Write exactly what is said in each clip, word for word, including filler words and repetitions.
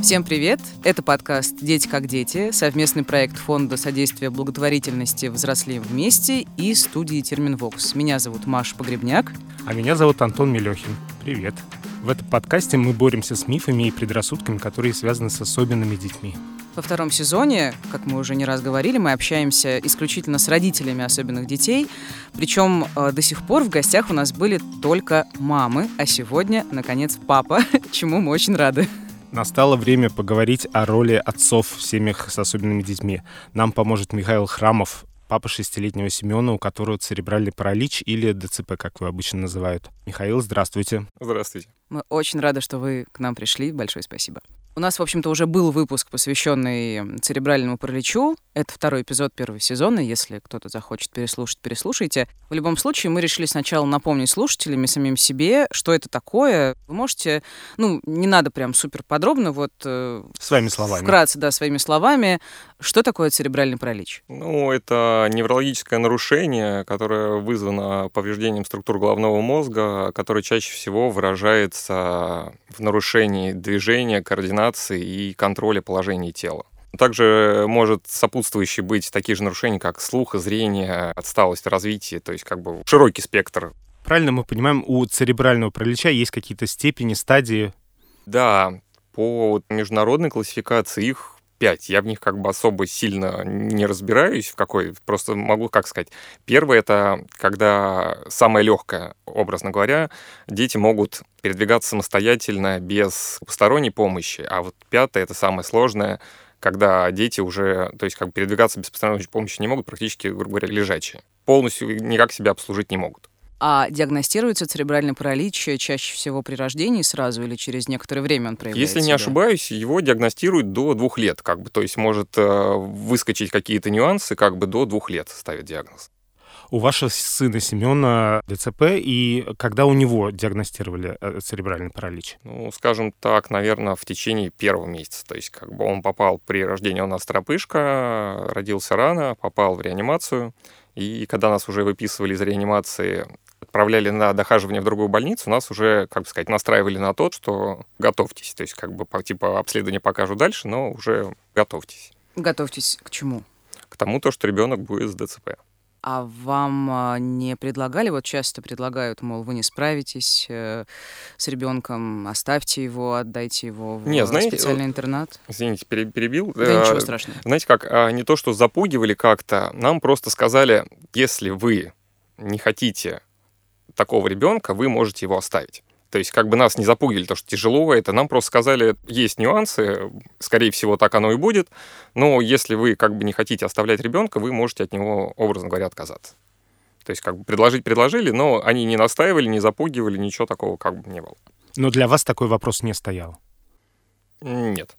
Всем привет! Это подкаст «Дети как дети», совместный проект Фонда содействия благотворительности «Взрослеем вместе» и студии «Терминвокс». Меня зовут Маша Погребняк. А меня зовут Антон Мелехин. Привет! В этом подкасте мы боремся с мифами и предрассудками, которые связаны с особенными детьми. Во втором сезоне, как мы уже не раз говорили, мы общаемся исключительно с родителями особенных детей. Причем э, до сих пор в гостях у нас были только мамы, а сегодня, наконец, папа, чему мы очень рады. Настало время поговорить о роли отцов в семьях с особенными детьми. Нам поможет Михаил Храмов, папа шестилетнего Семена, у которого церебральный паралич или ДЦП, как его обычно называют. Михаил, здравствуйте. Здравствуйте. Мы очень рады, что вы к нам пришли. Большое спасибо. У нас, в общем-то, уже был выпуск, посвященный церебральному параличу. Это второй эпизод первого сезона. Если кто-то захочет переслушать, переслушайте. В любом случае, мы решили сначала напомнить слушателям и самим себе, что это такое. Вы можете, ну, не надо прям супер подробно, вот... Своими словами. Вкратце, да, своими словами. Что такое церебральный паралич? Ну, это неврологическое нарушение, которое вызвано повреждением структур головного мозга, которое чаще всего выражается в нарушении движения, координации и контроля положения тела. Также может сопутствующий быть такие же нарушения, как слух, зрение, отсталость в развитии, то есть как бы широкий спектр. Правильно мы понимаем, у церебрального паралича есть какие-то степени, стадии? Да, по международной классификации их пять. Я в них как бы особо сильно не разбираюсь, в какой, просто могу, как сказать. Первое — это когда самое легкое, образно говоря, дети могут передвигаться самостоятельно, без посторонней помощи. А вот пятое — это самое сложное, когда дети уже, то есть как бы передвигаться без посторонней помощи не могут, практически, грубо говоря, лежачие. Полностью никак себя обслужить не могут. А диагностируется церебральный паралич чаще всего при рождении сразу или через некоторое время он проявляется? Если не себя? ошибаюсь, его диагностируют до двух лет, как бы, то есть может э, выскочить какие-то нюансы, как бы до двух лет ставят диагноз. У вашего сына Семена ДЦП, и когда у него диагностировали церебральный паралич? Ну, скажем так, наверное, в течение первого месяца. То есть как бы он попал при рождении, у нас торопышка, родился рано, попал в реанимацию, и когда нас уже выписывали из реанимации, отправляли на дохаживание в другую больницу, нас уже, как бы сказать, настраивали на то, что готовьтесь. То есть как бы по, типа обследование покажу дальше, но уже готовьтесь. Готовьтесь к чему? К тому, то, что ребенок будет с ДЦП. А вам а, не предлагали, вот часто предлагают, мол, вы не справитесь э, с ребенком, оставьте его, отдайте его в не, знаете, специальный интернат? Извините, перебил. Да а, ничего страшного. Знаете как, а, не то, что запугивали как-то, нам просто сказали, если вы не хотите такого ребенка, вы можете его оставить. То есть как бы нас не запугивали, то, что тяжело это, нам просто сказали, есть нюансы, скорее всего, так оно и будет, но если вы как бы не хотите оставлять ребенка, вы можете от него, образно говоря, отказаться. То есть как бы предложить предложили, но они не настаивали, не запугивали, ничего такого как бы не было. Но для вас такой вопрос не стоял? Нет.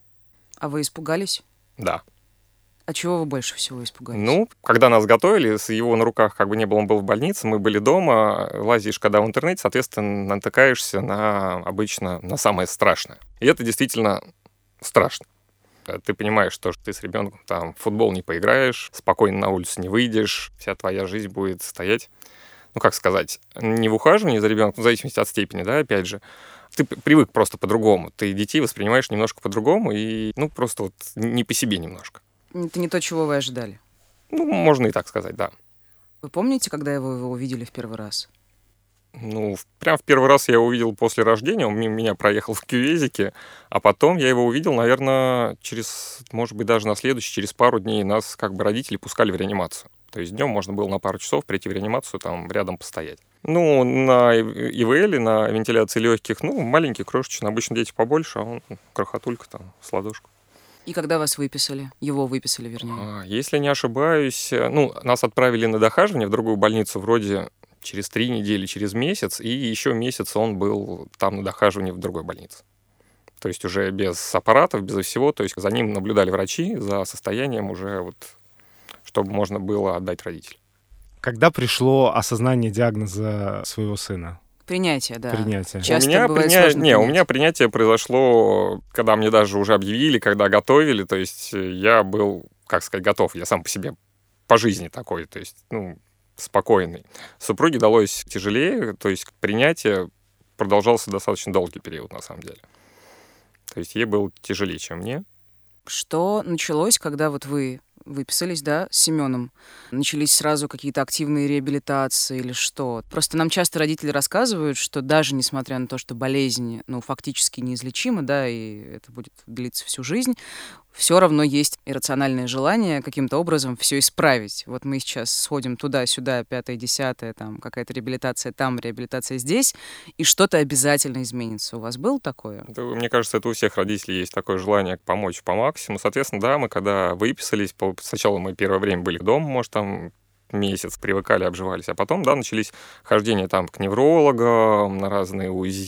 А вы испугались? Да. А чего вы больше всего испугались? Ну, когда нас готовили, с его на руках как бы не было, он был в больнице, мы были дома, лазишь когда в интернете, соответственно, натыкаешься на обычно на самое страшное. И это действительно страшно. Ты понимаешь, что ты с ребенком там в футбол не поиграешь, спокойно на улицу не выйдешь, вся твоя жизнь будет стоять, ну, как сказать, не в ухаживании за ребенком, в зависимости от степени, да, опять же, ты привык просто по-другому, ты детей воспринимаешь немножко по-другому и, ну, просто вот не по себе немножко. Это не то, чего вы ожидали? Ну, можно и так сказать, да. Вы помните, когда вы его увидели в первый раз? Ну, прям в первый раз я его увидел после рождения, он мимо меня проехал в кювезике, а потом я его увидел, наверное, через, может быть, даже на следующий, через пару дней нас как бы родители пускали в реанимацию. То есть днем можно было на пару часов прийти в реанимацию, там рядом постоять. Ну, на ИВЛ, на вентиляции легких, ну, маленький, крошечный, обычно дети побольше, а он крохотулька там, с ладошку. И когда вас выписали? Его выписали, вернее. Если не ошибаюсь, ну, нас отправили на дохаживание в другую больницу вроде через три недели, через месяц, и еще месяц он был там на дохаживании в другой больнице. То есть уже без аппаратов, без всего, то есть за ним наблюдали врачи, за состоянием уже вот, чтобы можно было отдать родителям. Когда пришло осознание диагноза своего сына? Принятие, да. Принятие. Часто у меня бывает приня... сложно Не, принять. у меня принятие произошло, когда мне даже уже объявили, когда готовили, то есть я был, как сказать, готов, я сам по себе по жизни такой, то есть, ну, спокойный. Супруге далось тяжелее, то есть принятие продолжался достаточно долгий период, на самом деле. То есть ей было тяжелее, чем мне. Что началось, когда вот вы выписались, да, с Семеном? Начались сразу какие-то активные реабилитации или что? Просто нам часто родители рассказывают, что даже несмотря на то, что болезнь, ну, фактически неизлечима, да, и это будет длиться всю жизнь, все равно есть иррациональное желание каким-то образом все исправить. Вот мы сейчас сходим туда-сюда, пятое, десятое, там какая-то реабилитация там, реабилитация здесь, и что-то обязательно изменится. У вас было такое? Да, мне кажется, это у всех родителей есть такое желание помочь по максимуму. Соответственно, да, мы когда выписались, сначала мы первое время были дома, может, там месяц привыкали, обживались, а потом, да, начались хождения там к неврологам, на разные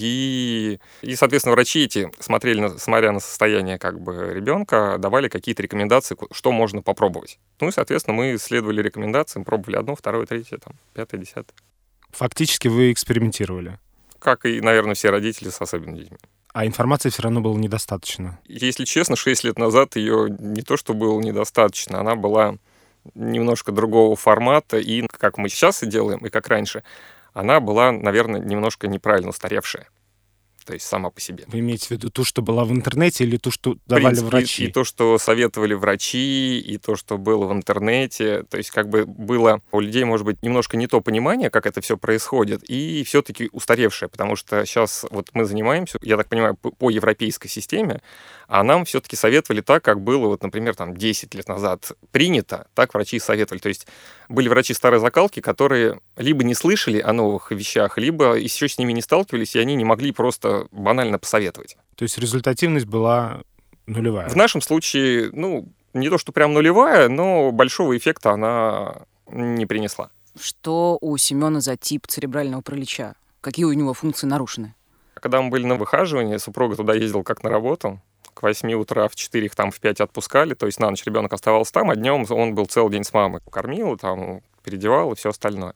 УЗИ. И, соответственно, врачи эти смотрели, на, смотря на состояние как бы ребенка, давали какие-то рекомендации, что можно попробовать. Ну и, соответственно, мы следовали рекомендациям, пробовали одно, второе, третье, там, пятое, десятое. Фактически вы экспериментировали. Как и, наверное, все родители с особенными детьми. А информации все равно было недостаточно. Если честно, шесть лет назад ее не то, что было недостаточно, она была немножко другого формата, и как мы сейчас и делаем, и как раньше, она была, наверное, немножко неправильно устаревшая. То есть сама по себе. Вы имеете в виду ту, что была в интернете, или ту, что давали принципе, врачи? И, и то, что советовали врачи, и то, что было в интернете. То есть как бы было у людей, может быть, немножко не то понимание, как это все происходит, и все-таки устаревшее, потому что сейчас вот мы занимаемся, я так понимаю, по, по европейской системе, а нам все-таки советовали так, как было, вот, например, там десять лет назад принято, так врачи советовали. То есть были врачи старой закалки, которые либо не слышали о новых вещах, либо еще с ними не сталкивались, и они не могли просто банально посоветовать. То есть результативность была нулевая? В нашем случае, ну, не то, что прям нулевая, но большого эффекта она не принесла. Что у Семена за тип церебрального паралича? Какие у него функции нарушены? Когда мы были на выхаживании, супруга туда ездила как на работу. К восьми утра, в четыре их там в пять отпускали, то есть на ночь ребенок оставался там, а днем он был целый день с мамой. Кормил, там, переодевал и все остальное.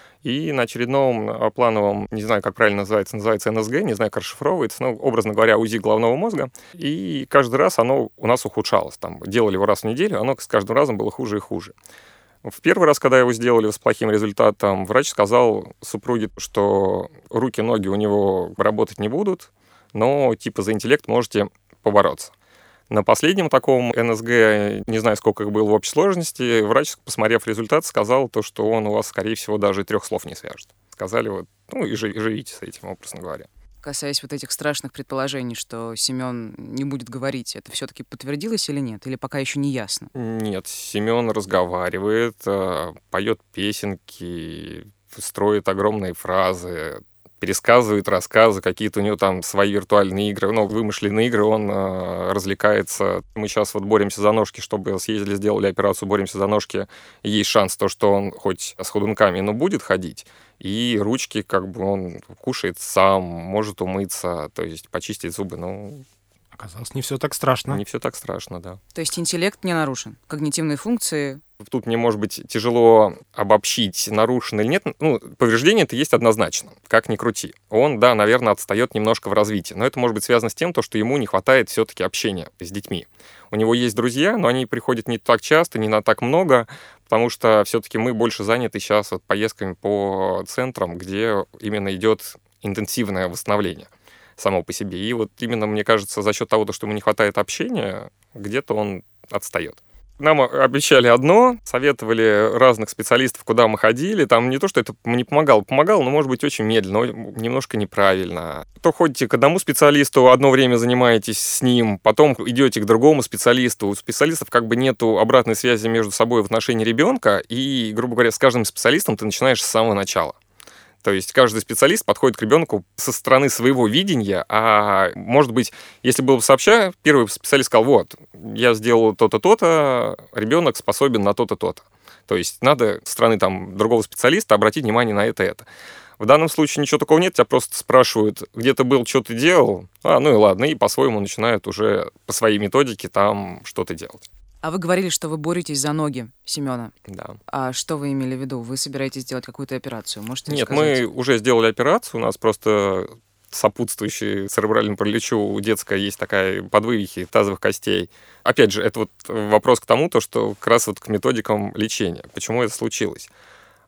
И на очередном плановом, не знаю, как правильно называется, называется эн эс гэ, не знаю, как расшифровывается, но, образно говоря, УЗИ головного мозга. И каждый раз оно у нас ухудшалось. Там, делали его раз в неделю, оно с каждым разом было хуже и хуже. В первый раз, когда его сделали с плохим результатом, врач сказал супруге, что руки, ноги у него работать не будут, но типа за интеллект можете побороться. На последнем таком эн эс гэ, не знаю, сколько их было в общей сложности, врач, посмотрев результат, сказал то, что он у вас, скорее всего, даже трех слов не свяжет. Сказали вот, ну и живите с этим, образно говоря. Касаясь вот этих страшных предположений, что Семен не будет говорить, это все-таки подтвердилось или нет? Или пока еще не ясно? Нет, Семен разговаривает, поет песенки, строит огромные фразы, пересказывает рассказы, какие-то у него там свои виртуальные игры, ну, вымышленные игры, он э, развлекается. Мы сейчас вот боремся за ножки, чтобы съездили, сделали операцию, боремся за ножки. И есть шанс, то, что он хоть с ходунками, но будет ходить. И ручки, как бы, он кушает сам, может умыться, то есть почистить зубы, ну... Оказалось, не все так страшно. Не все так страшно, да. То есть интеллект не нарушен, когнитивные функции... Тут мне, может быть, тяжело обобщить, нарушено или нет. Ну, повреждение-то есть однозначно, как ни крути. Он, да, наверное, отстает немножко в развитии, но это может быть связано с тем, что ему не хватает все-таки общения с детьми. У него есть друзья, но они приходят не так часто, не на так много, потому что все-таки мы больше заняты сейчас вот поездками по центрам, где именно идет интенсивное восстановление само по себе. И вот именно, мне кажется, за счет того, что ему не хватает общения, где-то он отстает. Нам обещали одно, советовали разных специалистов, куда мы ходили. Там не то, что это не помогало, помогало, но, может быть, очень медленно, немножко неправильно. То ходите к одному специалисту, одно время занимаетесь с ним, потом идете к другому специалисту. У специалистов как бы нету обратной связи между собой в отношении ребенка, и, грубо говоря, с каждым специалистом ты начинаешь с самого начала. То есть каждый специалист подходит к ребенку со стороны своего видения, а может быть, если было бы сообща, первый специалист сказал, вот, я сделал то-то, то-то, ребенок способен на то-то, то-то. То есть надо со стороны там, другого специалиста обратить внимание на это, это. В данном случае ничего такого нет, тебя просто спрашивают, где ты был, что ты делал, а, ну и ладно, и по-своему начинают уже по своей методике там что-то делать. А вы говорили, что вы боретесь за ноги Семена. Да. А что вы имели в виду? Вы собираетесь сделать какую-то операцию? Можете Нет, рассказать? мы уже сделали операцию, у нас просто сопутствующий церебральному параличу детская есть такая подвывихи тазовых костей. Опять же, это вот вопрос к тому, то, что как раз вот к методикам лечения. Почему это случилось?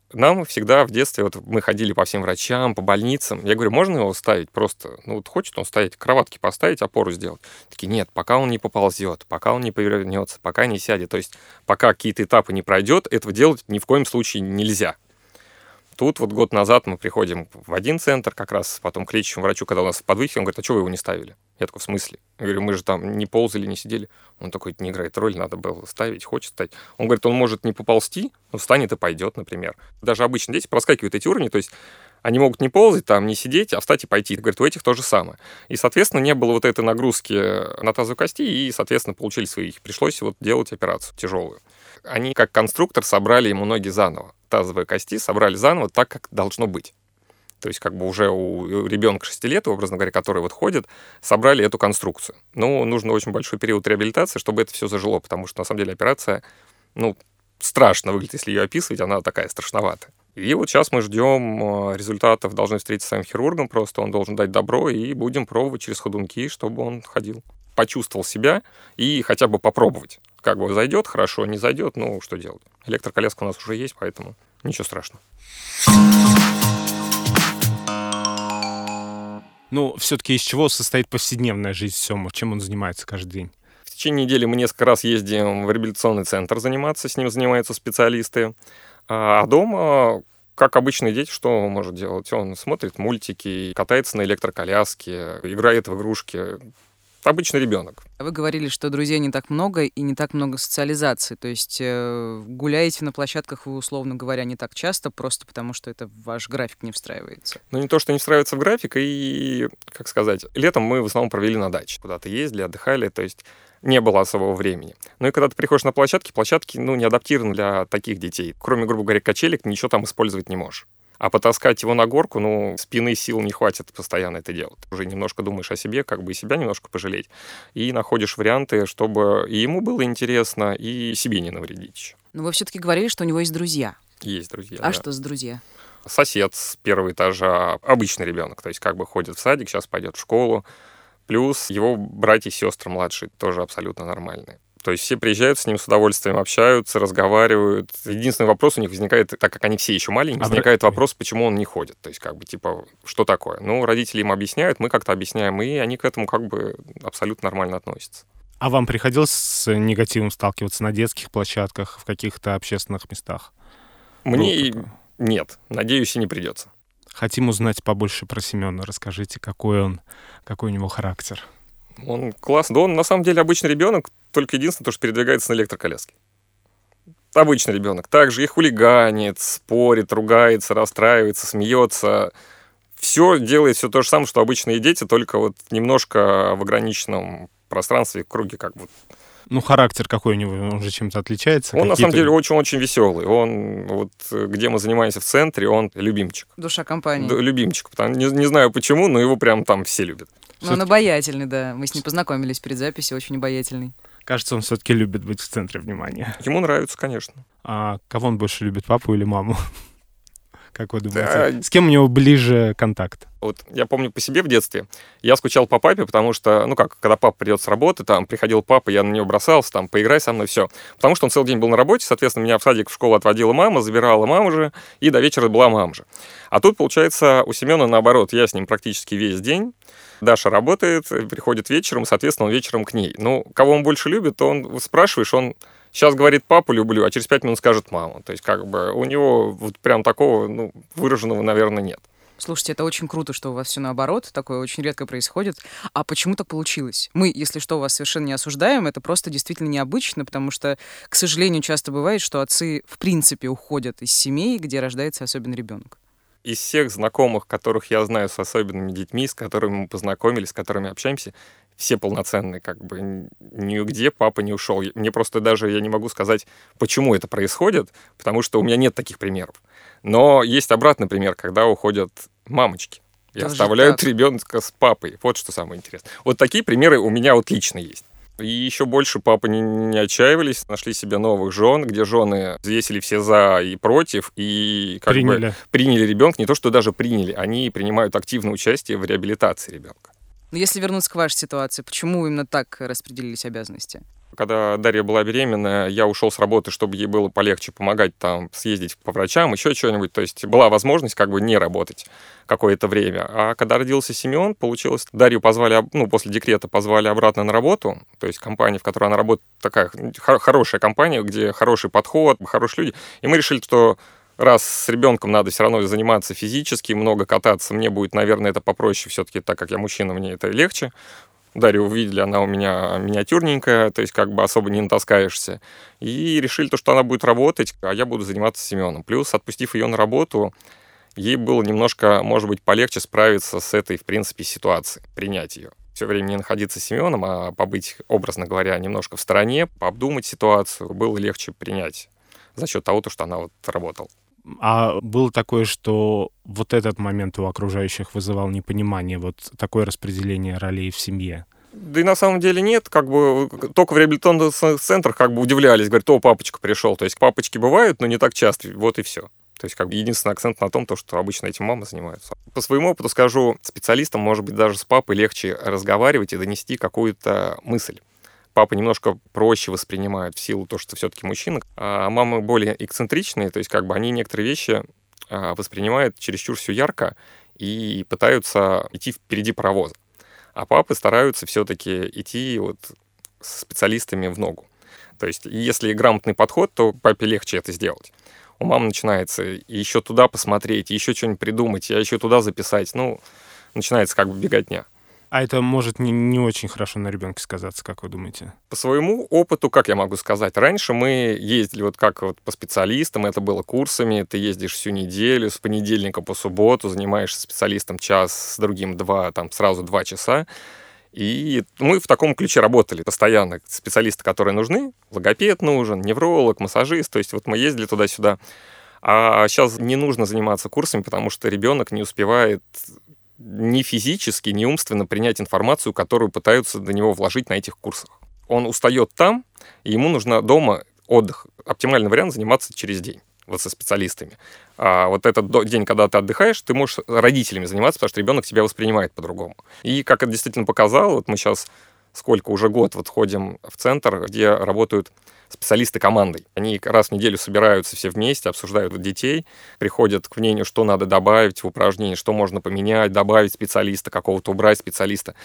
Нам всегда в детстве, вот мы ходили по всем врачам, по больницам. Я говорю, можно его ставить просто? Ну, вот хочет он ставить, кроватки поставить, опору сделать. Такие, нет, пока он не поползет, пока он не повернется, пока не сядет. То есть пока какие-то этапы не пройдет, этого делать ни в коем случае нельзя. Тут вот год назад мы приходим в один центр, как раз потом к лечащему врачу, когда у нас в подвыхе, он говорит, а что вы его не ставили? Я такой, в смысле? Я говорю, мы же там не ползали, не сидели. Он такой, это не играет роль, надо было ставить, хочет ставить. Он говорит, он может не поползти, но встанет и пойдет, например. Даже обычно дети проскакивают эти уровни, то есть они могут не ползать, там, не сидеть, а встать и пойти. Говорит, у этих то же самое. И, соответственно, не было вот этой нагрузки на тазовые кости, и, соответственно, получили свои. Пришлось вот делать операцию тяжелую. Они, как конструктор, собрали ему ноги заново. Тазовые кости собрали заново так, как должно быть. То есть как бы уже у ребенка шести лет, образно говоря, который вот ходит, собрали эту конструкцию. Но нужен очень большой период реабилитации, чтобы это все зажило, потому что, на самом деле, операция, ну, страшно выглядит, если ее описывать, она такая страшноватая. И вот сейчас мы ждем результатов, должны встретиться с своим хирургом, просто он должен дать добро, и будем пробовать через ходунки, чтобы он ходил. Почувствовал себя и хотя бы попробовать. Как бы зайдет, хорошо, не зайдет, ну, что делать? Электроколяска у нас уже есть, поэтому ничего страшного. Ну, все-таки из чего состоит повседневная жизнь Семы? Чем он занимается каждый день? В течение недели мы несколько раз ездим в реабилитационный центр заниматься, с ним занимаются специалисты. А дома, как обычные дети, что он может делать? Он смотрит мультики, катается на электроколяске, играет в игрушки. Обычный ребенок. Вы говорили, что друзей не так много и не так много социализации. То есть э, гуляете на площадках вы, условно говоря, не так часто, просто потому что это в ваш график не встраивается. Ну, не то, что не встраивается в график, и, как сказать, летом мы в основном провели на даче. Куда-то ездили, отдыхали, то есть не было особого времени. Ну и когда ты приходишь на площадки, площадки, ну, не адаптированы для таких детей. Кроме, грубо говоря, качелек, ничего там использовать не можешь. А потаскать его на горку, ну, спины сил не хватит постоянно это делать. Уже немножко думаешь о себе, как бы и себя немножко пожалеть. И находишь варианты, чтобы и ему было интересно, и себе не навредить еще. Но вы все-таки говорили, что у него есть друзья. Есть друзья, А да. что за друзья? Сосед с первого этажа, обычный ребенок, то есть как бы ходит в садик, сейчас пойдет в школу. Плюс его братья и сестры младшие тоже абсолютно нормальные. То есть все приезжают с ним с удовольствием, общаются, разговаривают. Единственный вопрос у них возникает, так как они все еще маленькие, возникает вопрос, почему он не ходит. То есть как бы типа, что такое? Ну, родители им объясняют, мы как-то объясняем, и они к этому как бы абсолютно нормально относятся. А вам приходилось с негативом сталкиваться на детских площадках, в каких-то общественных местах? Мне нет, надеюсь, и не придется. Хотим узнать побольше про Семена. Расскажите, какой он, какой у него характер. Он классный. Да он на самом деле обычный ребенок, только единственное, то, что передвигается на электроколяске. Обычный ребенок. Также и хулиганит, спорит, ругается, расстраивается, смеется. Все делает все то же самое, что обычные дети, только вот немножко в ограниченном пространстве, в круге как бы. Ну, характер какой у него? Он же чем-то отличается? Он, на самом деле, очень-очень веселый. Он, вот, где мы занимаемся в центре, он любимчик. Душа компании. Да, любимчик. Потому, не, не знаю почему, но его прям там все любят. Ну, он обаятельный, да. Мы с ним познакомились перед записью, очень обаятельный. Кажется, он все-таки любит быть в центре внимания. Ему нравится, конечно. А кого он больше любит, папу или маму? Как вы думаете? Да. С кем у него ближе контакт? Вот я помню по себе в детстве, я скучал по папе, потому что, ну как, когда папа придет с работы, там, приходил папа, я на него бросался, там, поиграй со мной, все. Потому что он целый день был на работе, соответственно, меня в садик, в школу отводила мама, забирала мама же, и до вечера была мама же. А тут, получается, у Семена наоборот, я с ним практически весь день. Даша работает, приходит вечером, соответственно, он вечером к ней. Ну, кого он больше любит, то он, спрашиваешь, он сейчас говорит папу люблю, а через пять минут скажет маму. То есть как бы у него вот прям такого, ну, выраженного, наверное, нет. Слушайте, это очень круто, что у вас все наоборот, такое очень редко происходит. А почему так получилось? Мы, если что, вас совершенно не осуждаем, это просто действительно необычно, потому что, к сожалению, часто бывает, что отцы в принципе уходят из семей, где рождается особенный ребенок. Из всех знакомых, которых я знаю с особенными детьми, с которыми мы познакомились, с которыми общаемся, все полноценные, как бы нигде папа не ушел. Мне просто даже, я не могу сказать, почему это происходит, потому что у меня нет таких примеров. Но есть обратный пример, когда уходят мамочки и Даже оставляют так? Ребенка с папой. Вот что самое интересное. Вот такие примеры у меня вот лично есть. И еще больше папы не, не отчаивались, нашли себе новых жен, где жены взвесили все за и против, и как приняли. бы приняли ребенка. Не то, что даже приняли, они принимают активное участие в реабилитации ребенка. Но если вернуться к вашей ситуации, почему именно так распределились обязанности? Когда Дарья была беременна, я ушел с работы, чтобы ей было полегче помогать там съездить по врачам, еще что-нибудь. То есть была возможность как бы не работать какое-то время. А когда родился Семен, получилось, Дарью позвали, ну, после декрета позвали обратно на работу. То есть компания, в которой она работает, такая хорошая компания, где хороший подход, хорошие люди. И мы решили, что раз с ребенком надо все равно заниматься физически, много кататься, мне будет, наверное, это попроще все-таки, так как я мужчина, мне это легче. Дарью увидели, она у меня миниатюрненькая, то есть как бы особо не натаскаешься. И решили то, что она будет работать, а я буду заниматься Семеном. Плюс, отпустив ее на работу, ей было немножко, может быть, полегче справиться с этой, в принципе, ситуацией, принять ее. Все время не находиться с Семеном, а побыть, образно говоря, немножко в стороне, пообдумать ситуацию, было легче принять за счет того, что она вот работала. А было такое, что вот этот момент у окружающих вызывал непонимание, вот такое распределение ролей в семье? Да и на самом деле нет, как бы только в реабилитационных центрах как бы удивлялись, говорят, о, папочка пришел. То есть папочки бывают, но не так часто, вот и все. То есть как бы единственный акцент на том, что обычно этим мамы занимаются. По своему опыту скажу, специалистам, может быть, даже с папой легче разговаривать и донести какую-то мысль. Папы немножко проще воспринимают в силу того, что все-таки мужчина, а мамы более эксцентричные, то есть как бы они некоторые вещи воспринимают чересчур все ярко и пытаются идти впереди паровоза. А папы стараются все-таки идти вот с специалистами в ногу. То есть если грамотный подход, то папе легче это сделать. У мамы начинается еще туда посмотреть, еще что-нибудь придумать, а еще туда записать. Ну, начинается как бы беготня. А это может не, не очень хорошо на ребенке сказаться, как вы думаете? По своему опыту, как я могу сказать, раньше мы ездили вот как вот по специалистам, это было курсами, ты ездишь всю неделю, с понедельника по субботу, занимаешься специалистом час, с другим два, там сразу два часа. И мы в таком ключе работали постоянно. Специалисты, которые нужны, логопед нужен, невролог, массажист, то есть вот мы ездили туда-сюда. А сейчас не нужно заниматься курсами, потому что ребенок не успевает ни физически, ни умственно принять информацию, которую пытаются до него вложить на этих курсах. Он устает там, и ему нужно дома отдых. Оптимальный вариант заниматься через день, вот со специалистами. А вот этот день, когда ты отдыхаешь, ты можешь родителями заниматься, потому что ребенок тебя воспринимает по-другому. И как это действительно показало, вот мы сейчас сколько уже год вот ходим в центр, где работают специалисты командой. Они раз в неделю собираются все вместе, обсуждают детей, приходят к мнению, что надо добавить в упражнение, что можно поменять, добавить специалиста какого-то, убрать специалиста.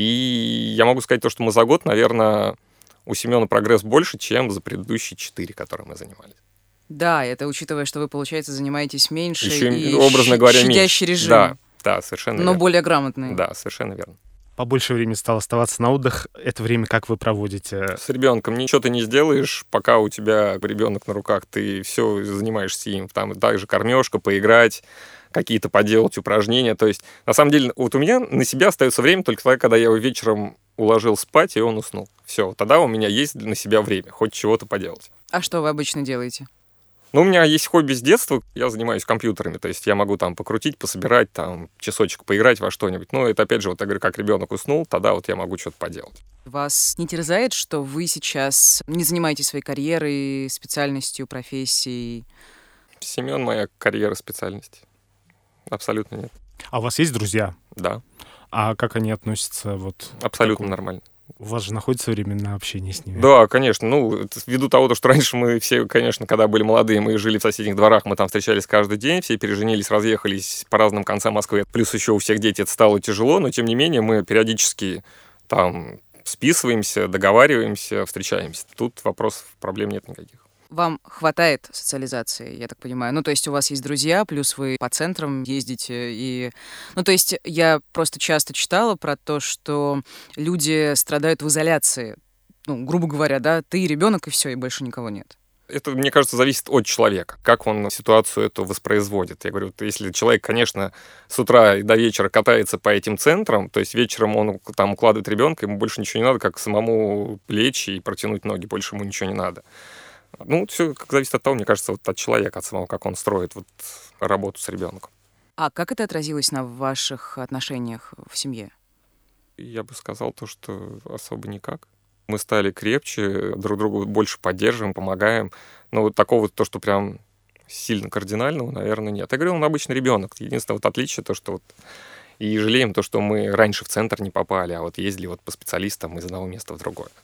И я могу сказать то, что мы за год, наверное, у Семена прогресс больше, чем за предыдущие четыре, которые мы занимались. Да, это учитывая, что вы, получается, занимаетесь меньше Еще, и образно говоря, щадящий меньше. режим. Да, да, совершенно но верно. более грамотный. Да, совершенно верно. Побольше времени стало оставаться на отдых. Это время как вы проводите? С ребенком ничего ты не сделаешь, пока у тебя ребенок на руках, ты все занимаешься им. Там также кормежка, поиграть, какие-то поделать упражнения. То есть, на самом деле, вот у меня на себя остается время только тогда, когда я его вечером уложил спать, и он уснул. Все, тогда у меня есть на себя время, хоть чего-то поделать. А что вы обычно делаете? Ну, у меня есть хобби с детства, я занимаюсь компьютерами, то есть я могу там покрутить, пособирать, там, часочек поиграть во что-нибудь. Но это, опять же, вот я говорю, как ребенок уснул, тогда вот я могу что-то поделать. Вас не терзает, что вы сейчас не занимаетесь своей карьерой, специальностью, профессией? Семен — моя карьера, специальность. Абсолютно нет. А у вас есть друзья? Да. А как они относятся? Вот Абсолютно такому? Нормально. У вас же находится время на общение с ними? Да, конечно. Ну, ввиду того, что раньше мы все, конечно, когда были молодые, мы жили в соседних дворах, мы там встречались каждый день, все переженились, разъехались по разным концам Москвы. Плюс еще у всех дети это стало тяжело, но тем не менее мы периодически там списываемся, договариваемся, встречаемся. Тут вопросов, проблем нет никаких. Вам хватает социализации, я так понимаю? Ну, то есть у вас есть друзья, плюс вы по центрам ездите и... Ну, то есть я просто часто читала про то, что люди страдают в изоляции. Ну, грубо говоря, да, ты ребенок и все, и больше никого нет. Это, мне кажется, зависит от человека, как он ситуацию эту воспроизводит. Я говорю, вот если человек, конечно, с утра до вечера катается по этим центрам, то есть вечером он там укладывает ребенка, ему больше ничего не надо, как самому лечь и протянуть ноги, больше ему ничего не надо. Ну, все как зависит от того, мне кажется, вот от человека, от самого, как он строит вот работу с ребенком. А как это отразилось на ваших отношениях в семье? Я бы сказал то, что особо никак. Мы стали крепче, друг другу больше поддерживаем, помогаем. Но вот такого, то, что прям сильно кардинального, наверное, нет. Я говорю, он обычный ребенок. Единственное вот отличие, то, что вот и жалеем то, что мы раньше в центр не попали, а вот ездили вот по специалистам из одного места в другое.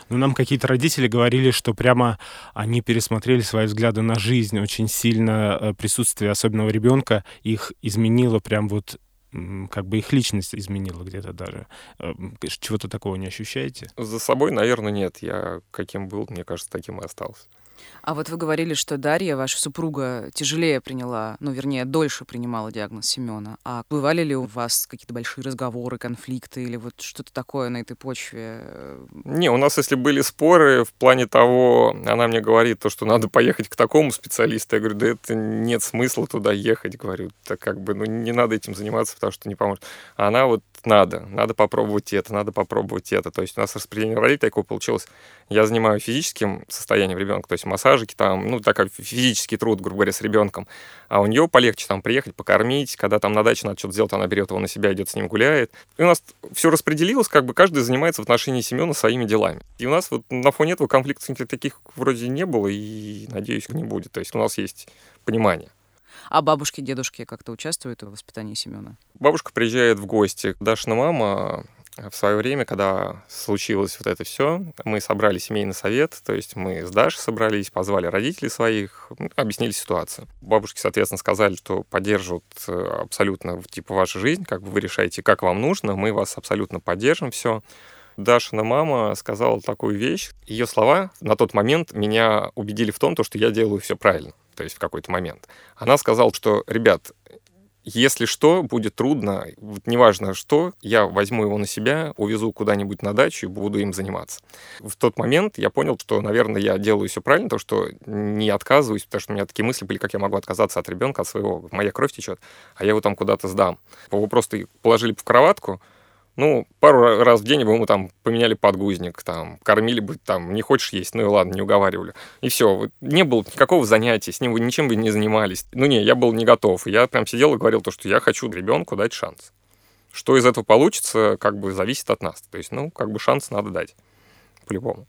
Но нам какие-то родители говорили, что прямо они пересмотрели свои взгляды на жизнь. Очень сильно присутствие особенного ребенка их изменило, прям вот как бы их личность изменила где-то даже. Чего-то такого не ощущаете? За собой, наверное, нет. Я каким был, мне кажется, таким и остался. А вот вы говорили, что Дарья, ваша супруга, тяжелее приняла, ну, вернее, дольше принимала диагноз Семена. А бывали ли у вас какие-то большие разговоры, конфликты или вот что-то такое на этой почве? Не, у нас, если были споры в плане того, она мне говорит, то, что надо поехать к такому специалисту, я говорю, да это нет смысла туда ехать, говорю, так как бы, ну, не надо этим заниматься, потому что не поможет. А она вот надо, надо попробовать это, надо попробовать это. То есть у нас распределение ролей такое получилось. Я занимаюсь физическим состоянием ребенка, то есть массажики там, ну, такой физический труд, грубо говоря, с ребенком. А у нее полегче там приехать, покормить, когда там на даче надо что-то сделать, она берет его на себя, идет с ним гуляет. И у нас все распределилось, как бы каждый занимается в отношении Семена своими делами. И у нас вот на фоне этого конфликтов таких вроде не было, и, надеюсь, не будет. То есть у нас есть понимание. А бабушки, дедушки как-то участвуют в воспитании Семена? Бабушка приезжает в гости. Дашина мама в свое время, когда случилось вот это все, мы собрали семейный совет, то есть мы с Дашей собрались, позвали родителей своих, объяснили ситуацию. Бабушки, соответственно, сказали, что поддержат абсолютно типа вашу жизнь, как бы вы решаете, как вам нужно, мы вас абсолютно поддержим, все. Дашина мама сказала такую вещь. Ее слова на тот момент меня убедили в том, что я делаю все правильно. То есть в какой-то момент. Она сказала, что, ребят, если что, будет трудно, вот неважно что, я возьму его на себя, увезу куда-нибудь на дачу и буду им заниматься. В тот момент я понял, что, наверное, я делаю все правильно, то, что не отказываюсь, потому что у меня такие мысли были, как я могу отказаться от ребенка, от своего, моя кровь течет, а я его там куда-то сдам. Его просто положили в кроватку, ну, пару раз в день бы мы там поменяли подгузник, там, кормили бы, там, не хочешь есть, ну и ладно, не уговаривали. И все, не было никакого занятия, с ним вы ничем бы не занимались. Ну не, я был не готов. Я прям сидел и говорил то, что я хочу ребенку дать шанс. Что из этого получится, как бы зависит от нас. То есть, ну, как бы шанс надо дать, по-любому.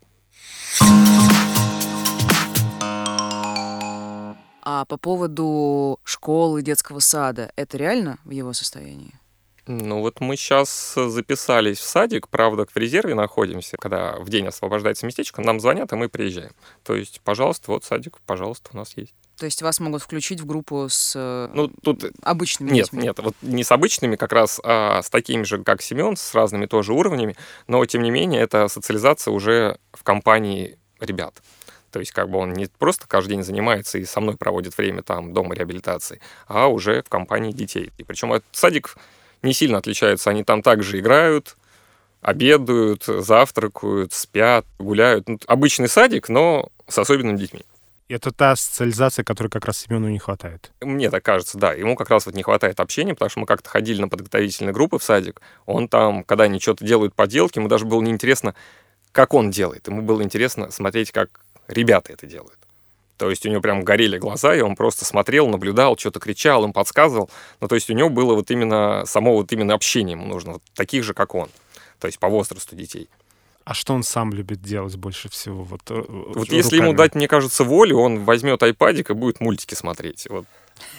А по поводу школы, детского сада, это реально в его состоянии? Ну вот мы сейчас записались в садик, правда, в резерве находимся, когда в день освобождается местечко, нам звонят, а мы приезжаем. То есть, пожалуйста, вот садик, пожалуйста, у нас есть. То есть вас могут включить в группу с ну, тут... обычными нет, детьми? Нет, нет, вот не с обычными как раз, а с такими же, как Семен, с разными тоже уровнями, но, тем не менее, это социализация уже в компании ребят. То есть как бы он не просто каждый день занимается и со мной проводит время там, дома реабилитации, а уже в компании детей. И причем этот садик не сильно отличаются. Они там также играют, обедают, завтракают, спят, гуляют. Ну, обычный садик, но с особенными детьми. Это та социализация, которой как раз Семену не хватает. Мне так кажется, да. Ему как раз вот не хватает общения, потому что мы как-то ходили на подготовительные группы в садик. Он там, когда они что-то делают поделки, ему даже было неинтересно, как он делает. Ему было интересно смотреть, как ребята это делают. То есть у него прям горели глаза, и он просто смотрел, наблюдал, что-то кричал, им подсказывал. Ну, то есть у него было вот именно само вот именно общение ему нужно, вот таких же, как он. То есть по возрасту детей. А что он сам любит делать больше всего? Вот, вот если ему дать, мне кажется, волю, он возьмет айпадик и будет мультики смотреть. Вот.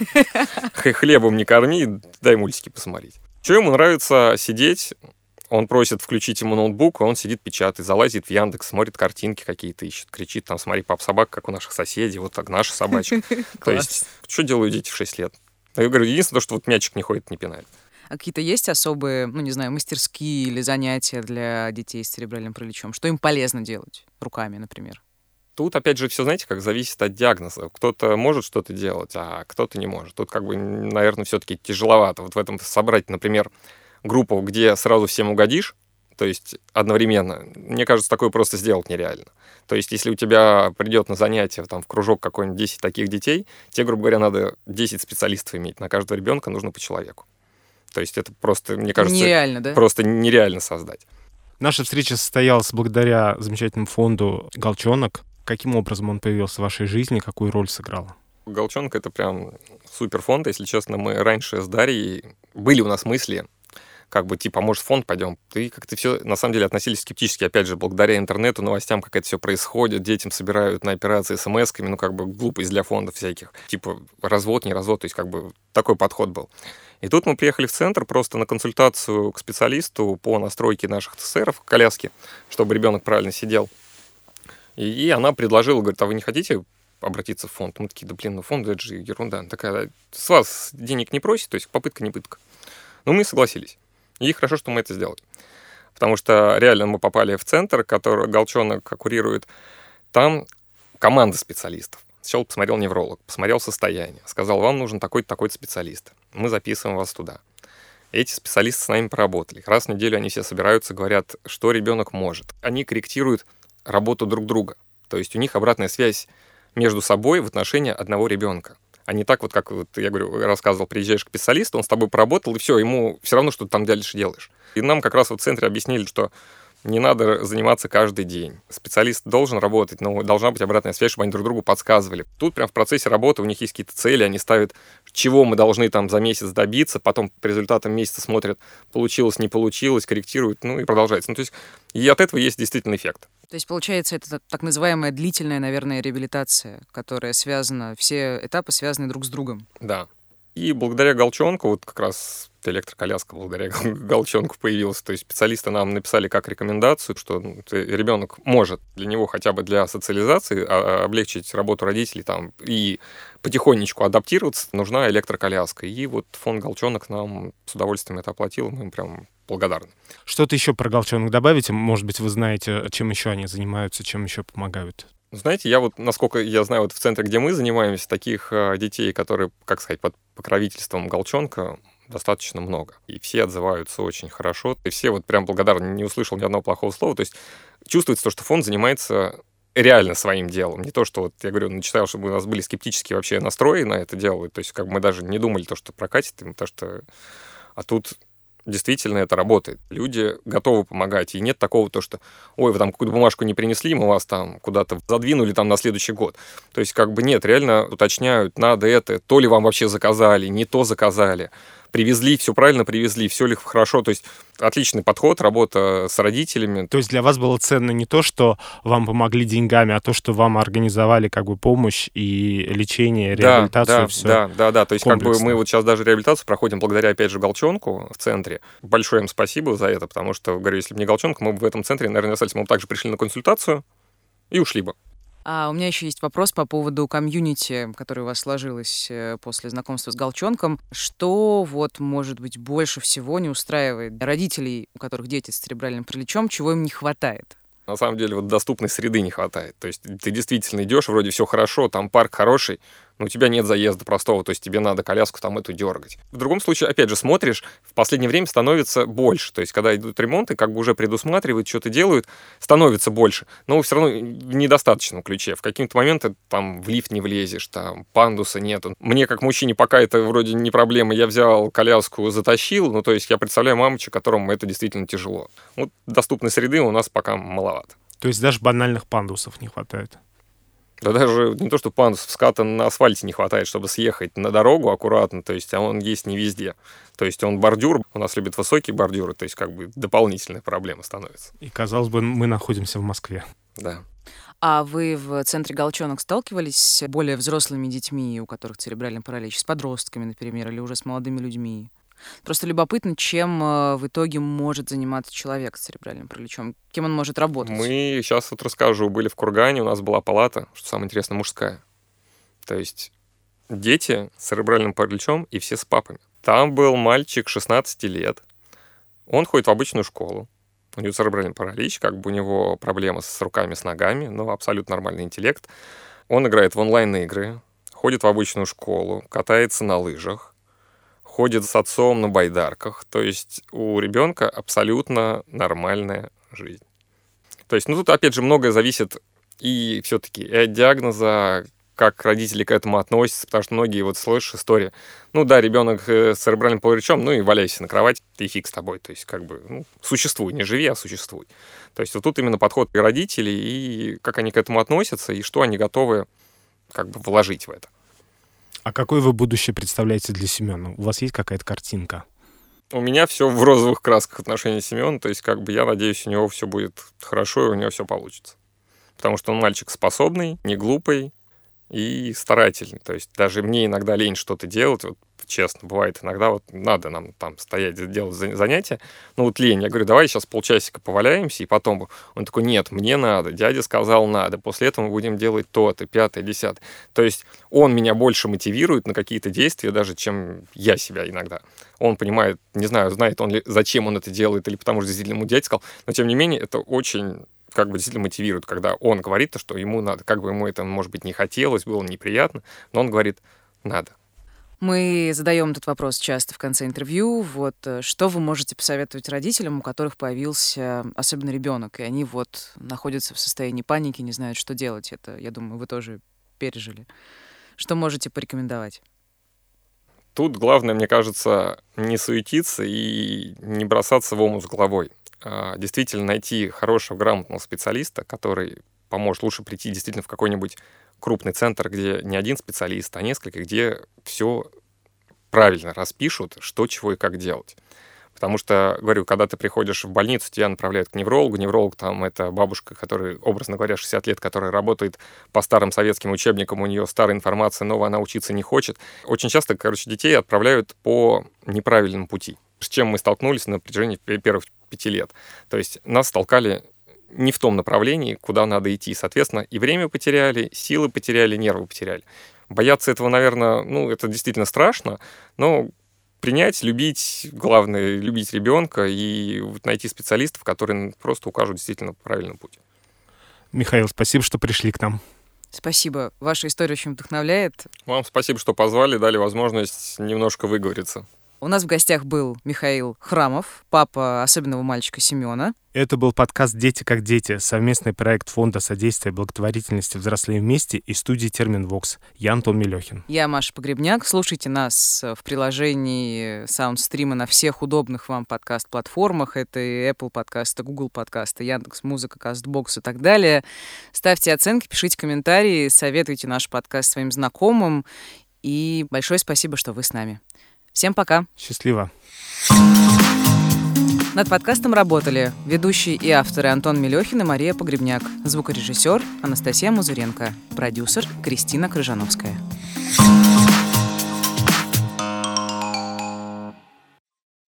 Хлебом не корми, дай мультики посмотреть. Что ему нравится сидеть... Он просит включить ему ноутбук, и он сидит, печатает, залазит в Яндекс, смотрит картинки какие-то, ищет, кричит, там, смотри, пап, собака, как у наших соседей, вот так наша собачка. То есть, что делают дети в шесть лет? Я говорю, единственное, что вот мячик не ходит, не пинает. А какие-то есть особые, ну, не знаю, мастерские или занятия для детей с церебральным параличом? Что им полезно делать руками, например? Тут, опять же, все, знаете, как зависит от диагноза. Кто-то может что-то делать, а кто-то не может. Тут, как бы, наверное, все-таки тяжеловато. Вот в этом собрать, например, группу, где сразу всем угодишь, то есть одновременно, мне кажется, такое просто сделать нереально. То есть если у тебя придет на занятие там, в кружок какой-нибудь десять таких детей, тебе, грубо говоря, надо десять специалистов иметь. На каждого ребенка нужно по человеку. То есть это просто, мне кажется, нереально, да? просто нереально создать. Наша встреча состоялась благодаря замечательному фонду «Голчонок». Каким образом он появился в вашей жизни, какую роль сыграл? «Голчонок» — это прям супер фонд. Если честно, мы раньше с Дарьей... Были у нас мысли, как бы, типа, может, в фонд пойдем? И как-то все, на самом деле, относились скептически, опять же, благодаря интернету, новостям, как это все происходит, детям собирают на операции смс-ками, ну, как бы, глупость для фондов всяких. Типа, развод, не развод, то есть, как бы, такой подход был. И тут мы приехали в центр просто на консультацию к специалисту по настройке наших ТСРов, коляски, чтобы ребенок правильно сидел. И она предложила, говорит, а вы не хотите обратиться в фонд? Мы такие, да блин, ну фонд, это же ерунда. Она такая, с вас денег не просит, то есть попытка не пытка. Но мы согласились. И хорошо, что мы это сделали. Потому что реально мы попали в центр, который Голчонок курирует. Там команда специалистов. Сначала посмотрел невролог, посмотрел состояние, сказал, вам нужен такой-то, такой-то специалист. Мы записываем вас туда. Эти специалисты с нами поработали. Раз в неделю они все собираются, говорят, что ребенок может. Они корректируют работу друг друга. То есть у них обратная связь между собой в отношении одного ребенка. А не так вот, как вот, я говорю, рассказывал, приезжаешь к специалисту, он с тобой поработал, и все, ему все равно, что ты там дальше делаешь. И нам как раз вот в центре объяснили, что не надо заниматься каждый день. Специалист должен работать, но должна быть обратная связь, чтобы они друг другу подсказывали. Тут прям в процессе работы у них есть какие-то цели, они ставят, чего мы должны там за месяц добиться, потом по результатам месяца смотрят, получилось, не получилось, корректируют, ну и продолжается. Ну, то есть и от этого есть действительно эффект. То есть, получается, это так называемая длительная, наверное, реабилитация, которая связана, все этапы связаны друг с другом. Да. И благодаря Голчонку, вот как раз электроколяска благодаря Голчонку появилась, то есть специалисты нам написали как рекомендацию, что ребенок может для него хотя бы для социализации облегчить работу родителей там, и потихонечку адаптироваться, нужна электроколяска. И вот фонд Голчонок нам с удовольствием это оплатил, мы им прям благодарны. Что-то еще про Голчонок добавите? Может быть, вы знаете, чем еще они занимаются, чем еще помогают? Знаете, я вот, насколько я знаю, вот в центре, где мы занимаемся, таких э, детей, которые, как сказать, под покровительством Голчонка, достаточно много. И все отзываются очень хорошо. И все вот прям благодарны, не услышал ни одного плохого слова. То есть чувствуется то, что фонд занимается реально своим делом. Не то, что вот я говорю, начитал, чтобы у нас были скептические вообще настрои на это дело. То есть как бы мы даже не думали то, что прокатит, то, что... А тут действительно это работает. Люди готовы помогать. И нет такого, то, что ой, вы там какую-то бумажку не принесли, мы вас там куда-то задвинули там на следующий год. То есть как бы нет, реально уточняют, надо это, то ли вам вообще заказали, не то заказали. Привезли, все правильно привезли, все ли хорошо. То есть отличный подход, работа с родителями. То есть для вас было ценно не то, что вам помогли деньгами, а то, что вам организовали как бы помощь и лечение, реабилитацию, да, да, все. Да, да, да. То есть комплексно. Как бы мы вот сейчас даже реабилитацию проходим благодаря, опять же, Голчонку в центре. Большое им спасибо за это, потому что, говорю, если бы не Голчонок, мы бы в этом центре, наверное, остались, мы бы также пришли на консультацию и ушли бы. А у меня еще есть вопрос по поводу комьюнити, которое у вас сложилось после знакомства с Голчонком. Что вот, может быть, больше всего не устраивает родителей, у которых дети с церебральным параличом, чего им не хватает? На самом деле, вот доступной среды не хватает. То есть ты действительно идешь, вроде все хорошо, там парк хороший, но у тебя нет заезда простого, то есть тебе надо коляску там эту дергать. В другом случае, опять же, смотришь, в последнее время становится больше. То есть когда идут ремонты, как бы уже предусматривают, что-то делают, становится больше. Но все равно в недостаточном ключе. В какие-то моменты там в лифт не влезешь, там пандуса нету. Мне, как мужчине, пока это вроде не проблема, я взял коляску, затащил. Ну, то есть я представляю мамочек, которым это действительно тяжело. Вот доступной среды у нас пока маловато. То есть даже банальных пандусов не хватает? Да даже не то, что пандусов, ската на асфальте не хватает, чтобы съехать на дорогу аккуратно, то есть а он есть не везде. То есть он бордюр, у нас любят высокие бордюры, то есть как бы дополнительная проблема становится. И, казалось бы, мы находимся в Москве. Да. А вы в центре Голчонок сталкивались с более взрослыми детьми, у которых церебральный паралич, с подростками, например, или уже с молодыми людьми? Просто любопытно, чем в итоге может заниматься человек с церебральным параличом, кем он может работать. Мы, сейчас вот расскажу, были в Кургане, у нас была палата, что самое интересное, мужская. То есть дети с церебральным параличом и все с папами. Там был мальчик шестнадцати лет, он ходит в обычную школу, у него церебральный паралич, как бы у него проблемы с руками, с ногами, но абсолютно нормальный интеллект. Он играет в онлайн-игры, ходит в обычную школу, катается на лыжах, ходит с отцом на байдарках. То есть у ребенка абсолютно нормальная жизнь. То есть, ну, тут, опять же, многое зависит и все-таки и от диагноза, как родители к этому относятся, потому что многие вот слышишь истории. Ну да, ребенок с церебральным параличом, ну и валяйся на кровати, и фиг с тобой. То есть, как бы, ну, существуй, не живи, а существуй. То есть вот тут именно подход и родителей, и как они к этому относятся, и что они готовы как бы вложить в это. А какое вы будущее представляете для Семена? У вас есть какая-то картинка? У меня все в розовых красках в отношении Семена. То есть, как бы, я надеюсь, у него все будет хорошо, и у него все получится. Потому что он мальчик способный, не глупый и старательный. То есть, даже мне иногда лень что-то делать. Вот честно, бывает иногда, вот надо нам там стоять, делать занятия, ну вот лень, я говорю, давай сейчас полчасика поваляемся, и потом он такой, нет, мне надо, дядя сказал надо, после этого мы будем делать то-то, пятое, десятое. То есть он меня больше мотивирует на какие-то действия, даже чем я себя иногда. Он понимает, не знаю, знает он ли, зачем он это делает, или потому что действительно ему дядя сказал, но тем не менее это очень как бы действительно мотивирует, когда он говорит то, что ему надо, как бы ему это, может быть, не хотелось, было неприятно, но он говорит, надо. Мы задаем этот вопрос часто в конце интервью. Вот что вы можете посоветовать родителям, у которых появился особенно ребенок, и они вот находятся в состоянии паники, не знают, что делать? Это, я думаю, вы тоже пережили. Что можете порекомендовать? Тут главное, мне кажется, не суетиться и не бросаться в омут с головой. А действительно найти хорошего, грамотного специалиста, который поможет. Лучше прийти действительно в какой-нибудь крупный центр, где не один специалист, а несколько, где все правильно распишут, что, чего и как делать. Потому что, говорю, когда ты приходишь в больницу, тебя направляют к неврологу. Невролог там это бабушка, которая, образно говоря, шестьдесят лет, которая работает по старым советским учебникам, у нее старая информация, новая, она учиться не хочет. Очень часто, короче, детей отправляют по неправильному пути. С чем мы столкнулись на протяжении первых пяти лет. То есть нас толкали не в том направлении, куда надо идти. Соответственно, и время потеряли, силы потеряли, нервы потеряли. Бояться этого, наверное, ну, это действительно страшно, но принять, любить, главное, любить ребенка и найти специалистов, которые просто укажут действительно правильный путь. Михаил, спасибо, что пришли к нам. Спасибо. Ваша история очень вдохновляет. Вам спасибо, что позвали, дали возможность немножко выговориться. У нас в гостях был Михаил Храмов, папа особенного мальчика Семена. Это был подкаст «Дети как дети», совместный проект Фонда содействия благотворительности «Взрослеем вместе» и студии «Терминвокс». Я Антон Мелехин. Я Маша Погребняк. Слушайте нас в приложении Soundstream на всех удобных вам подкаст-платформах. Это и Apple подкасты, Google подкасты, Яндекс.Музыка, Кастбокс и так далее. Ставьте оценки, пишите комментарии, советуйте наш подкаст своим знакомым. И большое спасибо, что вы с нами. Всем пока. Счастливо. Над подкастом работали ведущие и авторы Антон Мелехин и Мария Погребняк, звукорежиссер Анастасия Музыренко, продюсер Кристина Крыжановская.